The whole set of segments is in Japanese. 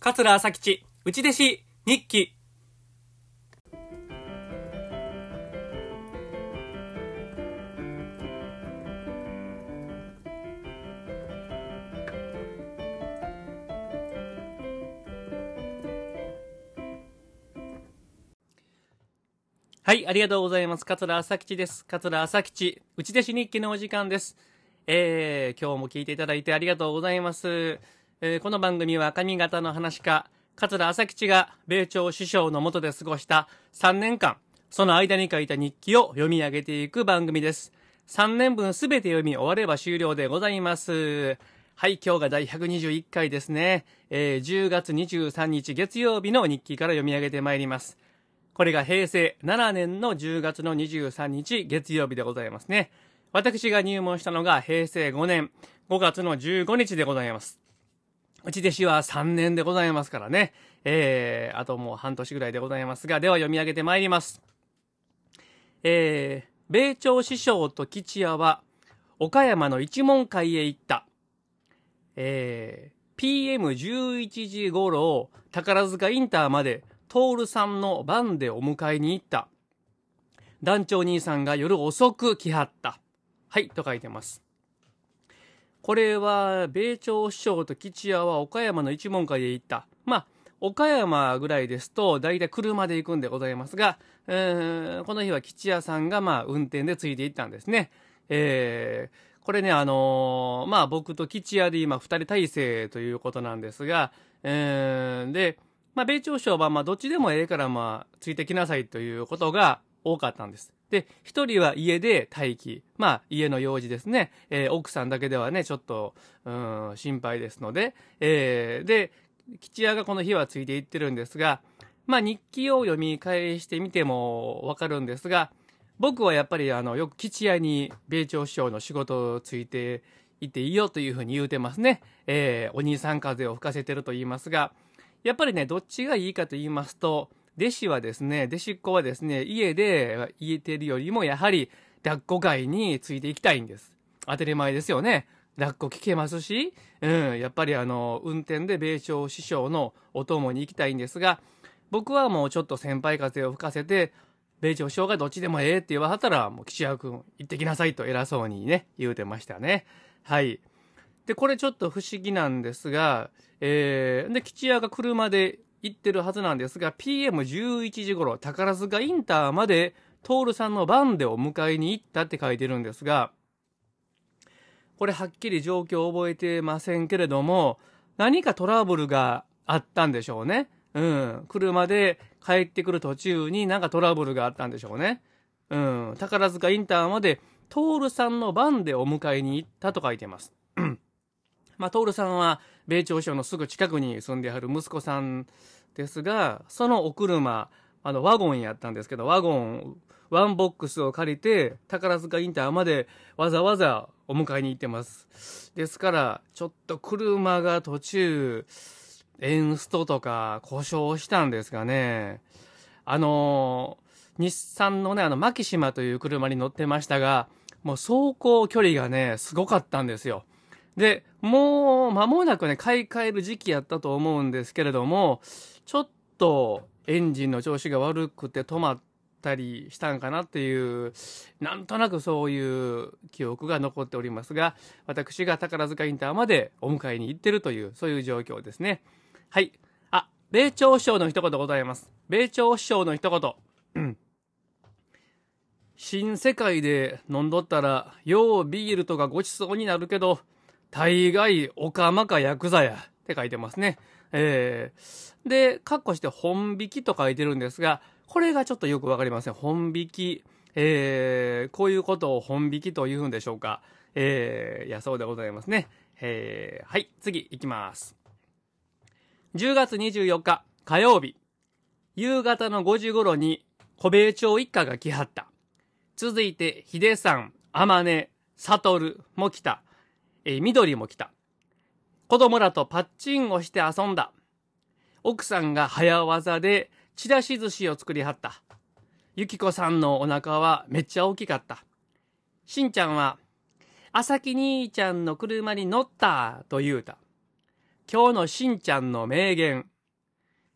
桂朝吉内弟子日記。はい、ありがとうございます。桂朝吉です。桂朝吉内弟子日記のお時間です。今日も聞いていただいてありがとうございます。この番組は上方の噺家桂朝吉が米朝師匠の下で過ごした3年間、その間に書いた日記を読み上げていく番組です。3年分すべて読み終われば終了でございます。はい、今日が第121回ですね。10月23日月曜日の日記から読み上げてまいります。これが平成7年の10月の23日月曜日でございますね。私が入門したのが平成5年5月の15日でございます。内弟子は3年でございますからね。あともう半年ぐらいでございますが、では読み上げてまいります。米朝師匠と吉也は岡山の一門会へ行った。PM11 時頃宝塚インターまで徹さんの番でお迎えに行った。団長兄さんが夜遅く来はった。はい、と書いてます。これは、米朝師匠と吉也は岡山の一門会へ行った。まあ、岡山ぐらいですと、だいたい車で行くんでございますが、この日は吉也さんが運転でついて行ったんですね。これね、僕と吉也で今二人体制ということなんですが、で、米朝師匠はどっちでもええからついてきなさいということが多かったんです。で、一人は家で待機。家の用事ですね。奥さんだけではね、ちょっと、心配ですので、で、吉也がこの日はついていってるんですが、日記を読み返してみてもわかるんですが、僕はやっぱりよく吉也に米朝師匠の仕事をついていっていいよというふうに言うてますね。お兄さん風を吹かせてると言いますが、やっぱりね、どっちがいいかと言いますと、弟子っ子はですね、家で言えてるよりも、やはり、抱っこ会についていきたいんです。当たり前ですよね。抱っこ聞けますし、やっぱり運転で米朝師匠のお供に行きたいんですが、僕はもうちょっと先輩風を吹かせて、米朝師匠がどっちでもええって言わはったら、もう吉也くん行ってきなさいと偉そうにね、言うてましたね。はい。で、これちょっと不思議なんですが、で、吉也が車で行ってるはずなんですが、PM11 時頃、宝塚インターまで、徹さんの番でお迎えに行ったって書いてるんですが、これはっきり状況を覚えてませんけれども、何かトラブルがあったんでしょうね。車で帰ってくる途中になんかトラブルがあったんでしょうね。宝塚インターまで、徹さんの番でお迎えに行ったと書いてます。徹さんは米朝師匠のすぐ近くに住んである息子さんですが、そのお車、ワゴンやったんですけど、ワンボックスを借りて、宝塚インターまでわざわざお迎えに行ってます。ですから、ちょっと車が途中、エンストとか故障したんですかね。日産のね、マキシマという車に乗ってましたが、もう走行距離がね、すごかったんですよ。で、もう間もなくね、買い替える時期やったと思うんですけれども、ちょっとエンジンの調子が悪くて止まったりしたんかなっていう、なんとなくそういう記憶が残っておりますが、私が宝塚インターまでお迎えに行ってるという、そういう状況ですね。はい。米朝師匠の一言ございます。米朝師匠の一言。新世界で飲んどったら、ようビールとかごちそうになるけど、大概オカマかヤクザやって書いてますね。で、括弧して本引きと書いてるんですが、これがちょっとよくわかりません。本引き。こういうことを本引きというんでしょうか。いや、そうでございますね。はい、次行きます。10月24日火曜日、夕方の5時頃に小米朝一家が来はった。続いて、秀さん、天音、悟も来た。緑も来た。子供らとパッチンをして遊んだ。奥さんが早技でちらし寿司を作りはった。ゆきこさんのお腹はめっちゃ大きかった。しんちゃんは、あさき兄ちゃんの車に乗ったと言うた。今日のしんちゃんの名言。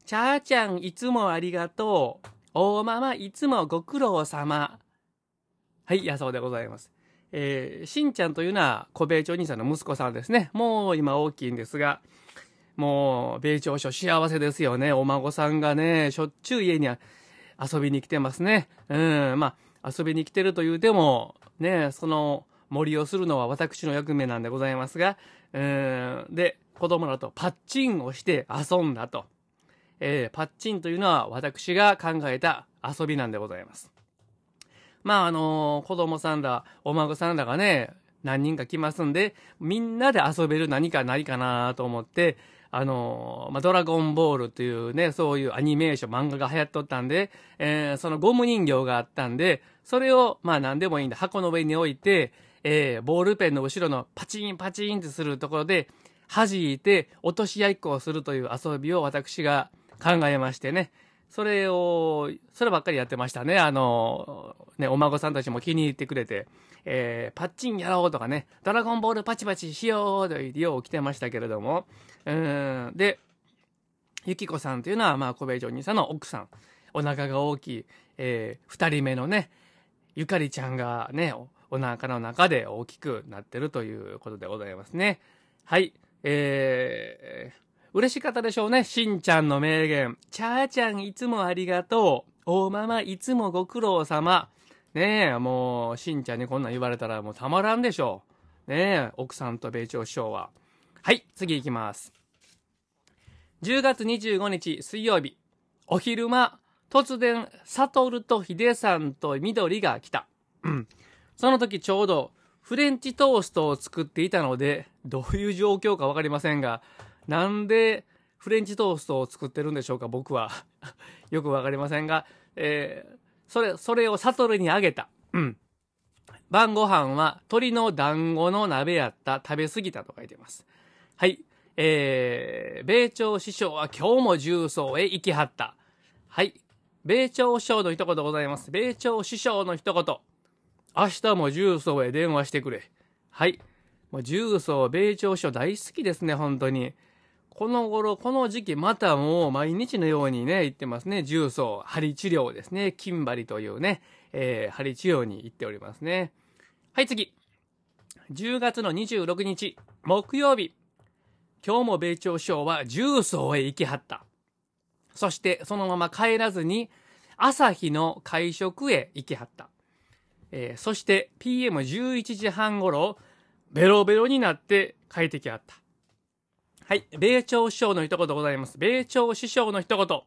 ちゃーちゃんいつもありがとう。大ママいつもご苦労様。はい、やそうでございます。しんちゃんというのは小米朝兄さんの息子さんですね。もう今大きいんですが、もう米朝師匠幸せですよね。お孫さんがね、しょっちゅう家に遊びに来てますね。まあ遊びに来てるというても、ね、その森をするのは私の役目なんでございますが、で、子供らとパッチンをして遊んだと。パッチンというのは私が考えた遊びなんでございます。まあ子供さんら、お孫さんらがね、何人か来ますんで、みんなで遊べる何かないかなと思って、ドラゴンボールというね、そういうアニメーション、漫画が流行っとったんで、そのゴム人形があったんで、それを、まあ何でもいいんで、箱の上に置いて、ボールペンの後ろのパチンパチンってするところで、弾いて落とし合いっこをするという遊びを私が考えましてね。そればっかりやってましたね。お孫さんたちも気に入ってくれて、パッチンやろうとかね、ドラゴンボールパチパチしようと言ってよう来てましたけれども、で、ゆきこさんというのは、まあ、小米朝兄さんの奥さん、お腹が大きい、二人目のね、ゆかりちゃんがね、お腹の中で大きくなってるということでございますね。はい、嬉しかったでしょうね。しんちゃんの名言。ちゃーちゃんいつもありがとう。大ママいつもご苦労様。ねえ、もう、しんちゃんにこんなん言われたらもうたまらんでしょう。ねえ、奥さんと米朝師匠は。はい、次行きます。10月25日水曜日。お昼間、突然、悟と秀さんと緑が来た。その時ちょうど、フレンチトーストを作っていたので、どういう状況かわかりませんが、なんでフレンチトーストを作ってるんでしょうか、僕は。よくわかりませんが、それを悟にあげた。晩ご飯は鶏の団子の鍋やった。食べ過ぎたと書いてます。はい。米朝師匠は今日も重曹へ行きはった。はい。米朝師匠の一言ございます。米朝師匠の一言。明日も重曹へ電話してくれ。はい。もう重曹、米朝師匠大好きですね、本当に。この頃、この時期、またもう毎日のようにね、行ってますね。重曹、針治療ですね。金針というね、針治療に行っておりますね。はい、次。10月の26日、木曜日。今日も米朝師匠は重曹へ行きはった。そして、そのまま帰らずに、朝日の会食へ行きはった。そして、PM11 時半頃、ベロベロになって帰ってきはった。はい。米朝師匠の一言ございます。米朝師匠の一言。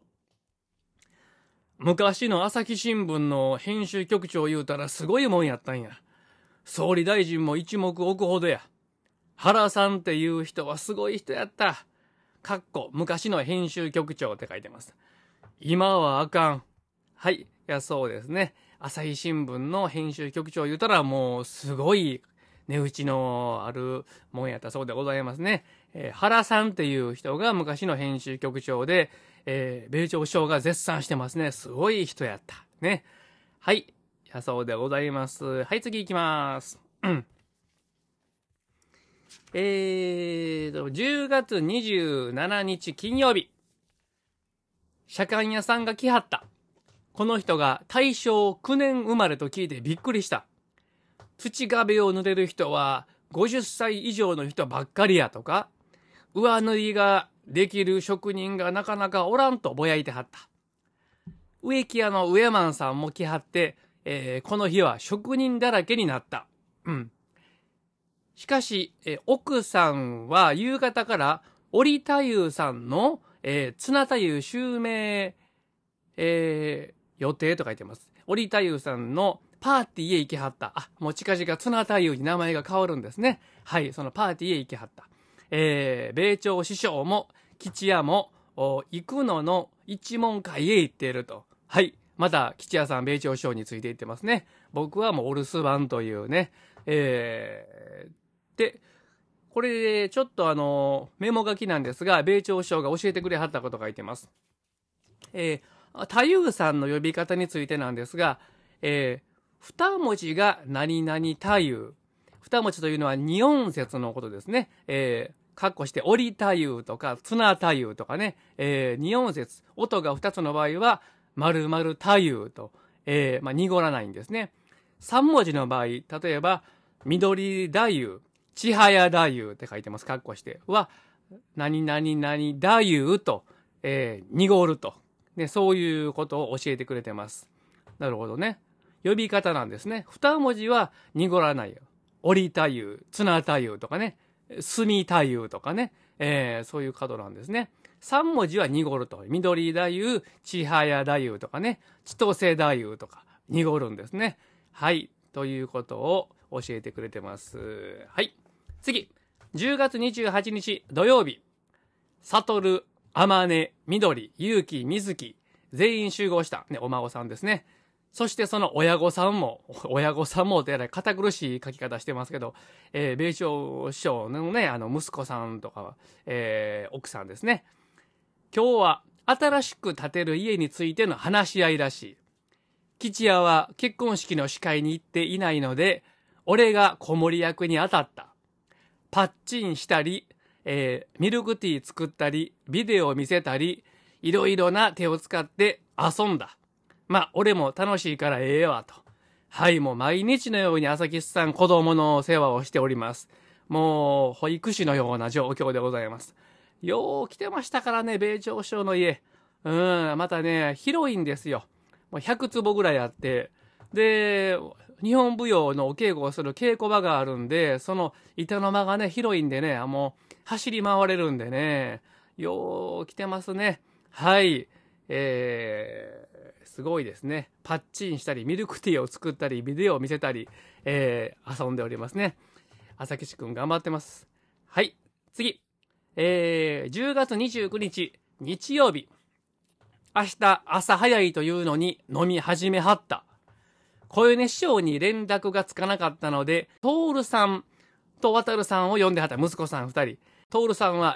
昔の朝日新聞の編集局長言うたらすごいもんやったんや。総理大臣も一目置くほどや。原さんっていう人はすごい人やった。昔の編集局長って書いてます。今はあかん。はい。いや、そうですね。朝日新聞の編集局長言うたらもうすごい値打ちのあるもんやったそうでございますね。原さんっていう人が昔の編集局長で、米朝師匠が絶賛してますね。すごい人やった。ね。はい。やそうでございます。はい、次行きます。10月27日金曜日。車管屋さんが来はった。この人が大正9年生まれと聞いてびっくりした。土壁を塗れる人は50歳以上の人ばっかりやとか、上塗りができる職人がなかなかおらんとぼやいてはった。植木屋の植満さんも来はって、この日は職人だらけになった。しかし、奥さんは夕方から織太夫さんの、綱太夫襲名、予定と書いてます。織太夫さんのパーティーへ行きはった。もう近々綱太夫に名前が変わるんですね。はい、そのパーティーへ行きはった。米朝師匠も吉屋も行くの一門会へ行っていると。はい。また吉屋さん米朝師匠について行ってますね。僕はもうお留守番というね。で、これでちょっとメモ書きなんですが、米朝師匠が教えてくれはったことが書いてます。太夫さんの呼び方についてなんですが、二文字が何々太夫。二文字というのは二音節のことですね。 かっこして、折り太夫とか、綱太夫とかね、二音節、音が2つの場合は、丸々太夫と、濁らないんですね。3文字の場合、例えば、緑太夫、千早太夫って書いてます、かっこして。は、何々々太夫と、濁ると、ね。そういうことを教えてくれてます。なるほどね。呼び方なんですね。2文字は濁らないよ。折り太夫、綱太夫とかね。墨太夫とかね。そういう角なんですね。3文字は濁ると。緑太夫、千早太夫とかね。千歳太夫とか濁るんですね。はい。ということを教えてくれてます。はい。次。10月28日土曜日。悟、天音、緑、勇気、水木。全員集合した。ね、お孫さんですね。そしてその親御さんもってやら堅苦しい書き方してますけど、米朝師匠のね、息子さんとか、奥さんですね。今日は新しく建てる家についての話し合いらしい。吉也は結婚式の司会に行っていないので、俺が子守役に当たった。パッチンしたり、ミルクティー作ったり、ビデオを見せたり、いろいろな手を使って遊んだ。まあ、俺も楽しいからええわと。はい、もう毎日のように朝吉さん子供の世話をしております。もう、保育士のような状況でございます。よう来てましたからね、米朝師匠の家。またね、広いんですよ。もう100坪ぐらいあって。で、日本舞踊のお稽古をする稽古場があるんで、その板の間がね、広いんでね、もう走り回れるんでね、よう来てますね。はい。すごいですね。パッチンしたり、ミルクティーを作ったり、ビデオを見せたり、遊んでおりますね。朝吉くん頑張ってます。はい。次。10月29日、日曜日。明日朝早いというのに飲み始めはった。小米師匠に連絡がつかなかったので、徹さんと渡さんを呼んではった。息子さん2人。徹さんは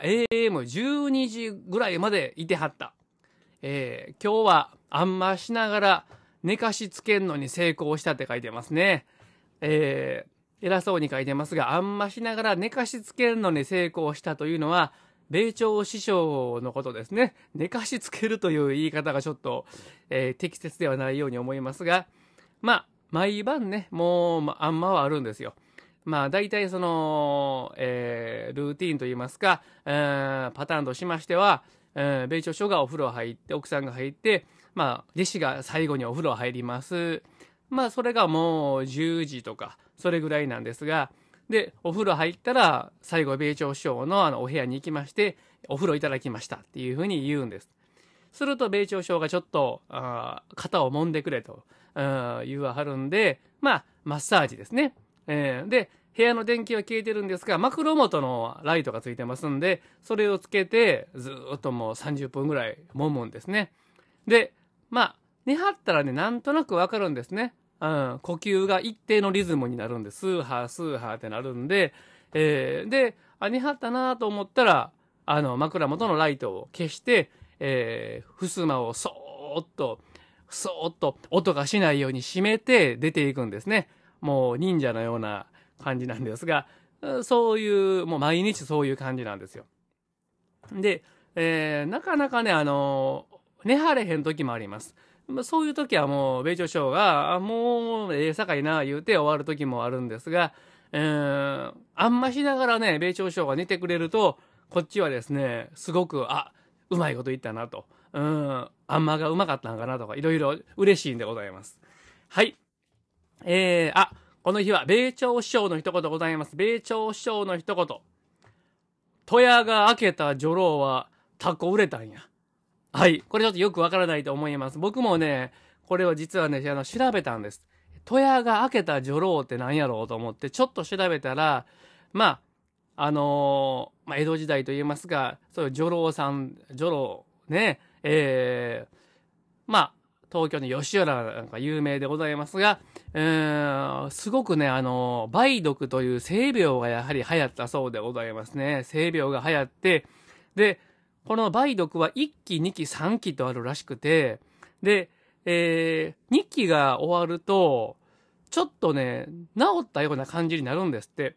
AM12 時ぐらいまでいてはった。今日はあんましながら寝かしつけんのに成功したって書いてますね。偉そうに書いてますが、あんましながら寝かしつけるのに成功したというのは、米朝師匠のことですね。寝かしつけるという言い方がちょっと、適切ではないように思いますが、まあ、毎晩ね、もう、あんまはあるんですよ。まあ、大体その、ルーティーンといいますか、パターンとしましては、米朝師匠がお風呂入って、奥さんが入って、まあ、弟子が最後にお風呂入ります。まあ、それがもう10時とか、それぐらいなんですが、で、お風呂入ったら、最後、米朝師匠のお部屋に行きまして、お風呂いただきましたっていうふうに言うんです。すると、米朝師匠がちょっと、肩を揉んでくれと言わはるんで、まあ、マッサージですね。で、部屋の電気は消えてるんですが、枕元のライトがついてますんで、それをつけて、ずっともう30分ぐらい揉むんですね。で、まあ、寝はったらね、なんとなくわかるんですね。呼吸が一定のリズムになるんで、スーハー、スーハーってなるんで、で、寝はったなと思ったら、枕元のライトを消して、襖をそーっと音がしないように閉めて出ていくんですね。もう忍者のような感じなんですが、そういう、もう毎日そういう感じなんですよ。で、なかなかね、寝はれへん時もあります。そういう時はもう、米朝師匠が、もう、さかいな、言うて終わる時もあるんですが、あんましながらね、米朝師匠が寝てくれると、こっちはですね、すごく、うまいこと言ったなと。あんまがうまかったんかなとか、いろいろ嬉しいんでございます。はい。この日は、米朝師匠の一言ございます。米朝師匠の一言。戸屋が開けた女郎は、タコ売れたんや。はい。これちょっとよくわからないと思います。僕もね、これを実はね、調べたんです。戸屋が開けた女郎って何やろうと思って、ちょっと調べたら、まあ、江戸時代と言いますか、そういう女郎ね、まあ、東京の吉原なんか有名でございますが、すごくね、梅毒という性病がやはり流行ったそうでございますね。性病が流行って、で、この梅毒は1期、2期、3期とあるらしくて、で、2期が終わると、ちょっとね、治ったような感じになるんですって。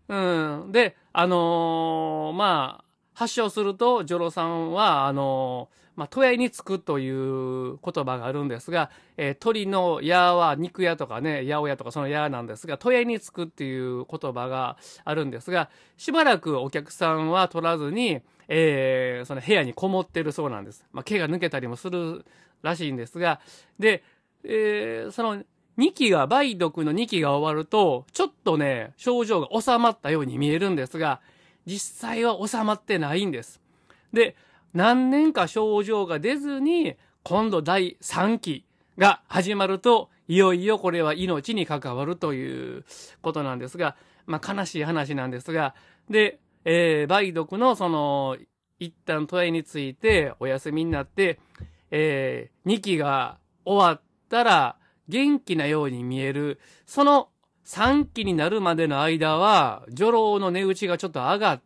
うん。で、まあ、発症すると、女郎さんは、まあ、戸屋につくという言葉があるんですが、鳥の矢は肉屋とかね、八百屋とかその矢なんですが、戸屋につくっていう言葉があるんですが、しばらくお客さんは取らずに、その部屋にこもってるそうなんです。まあ、毛が抜けたりもするらしいんですが、で、その2期が、梅毒の2期が終わると、ちょっとね、症状が収まったように見えるんですが、実際は収まってないんです。で、何年か症状が出ずに、今度第3期が始まると、いよいよこれは命に関わるということなんですが、まあ悲しい話なんですが、で、梅毒のその、一旦都営についてお休みになって、2期が終わったら元気なように見える、その3期になるまでの間は、女郎の値打ちがちょっと上がって、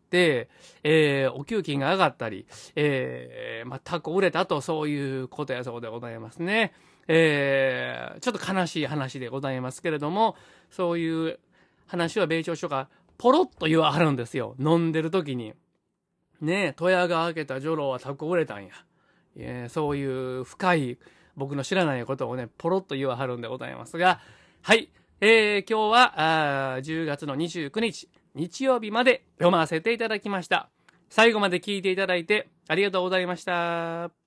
お給金が上がったり、まあ、タコ売れたと、そういうことやそうでございますね。ちょっと悲しい話でございますけれども、そういう話は米朝書がポロッと言わはるんですよ。飲んでる時に。ねえ、戸屋が開けた女郎はタコ売れたんや。そういう深い僕の知らないことをね、ポロッと言わはるんでございますが、はい。今日は10月の29日、日曜日まで読ませていただきました。最後まで聞いていただいてありがとうございました。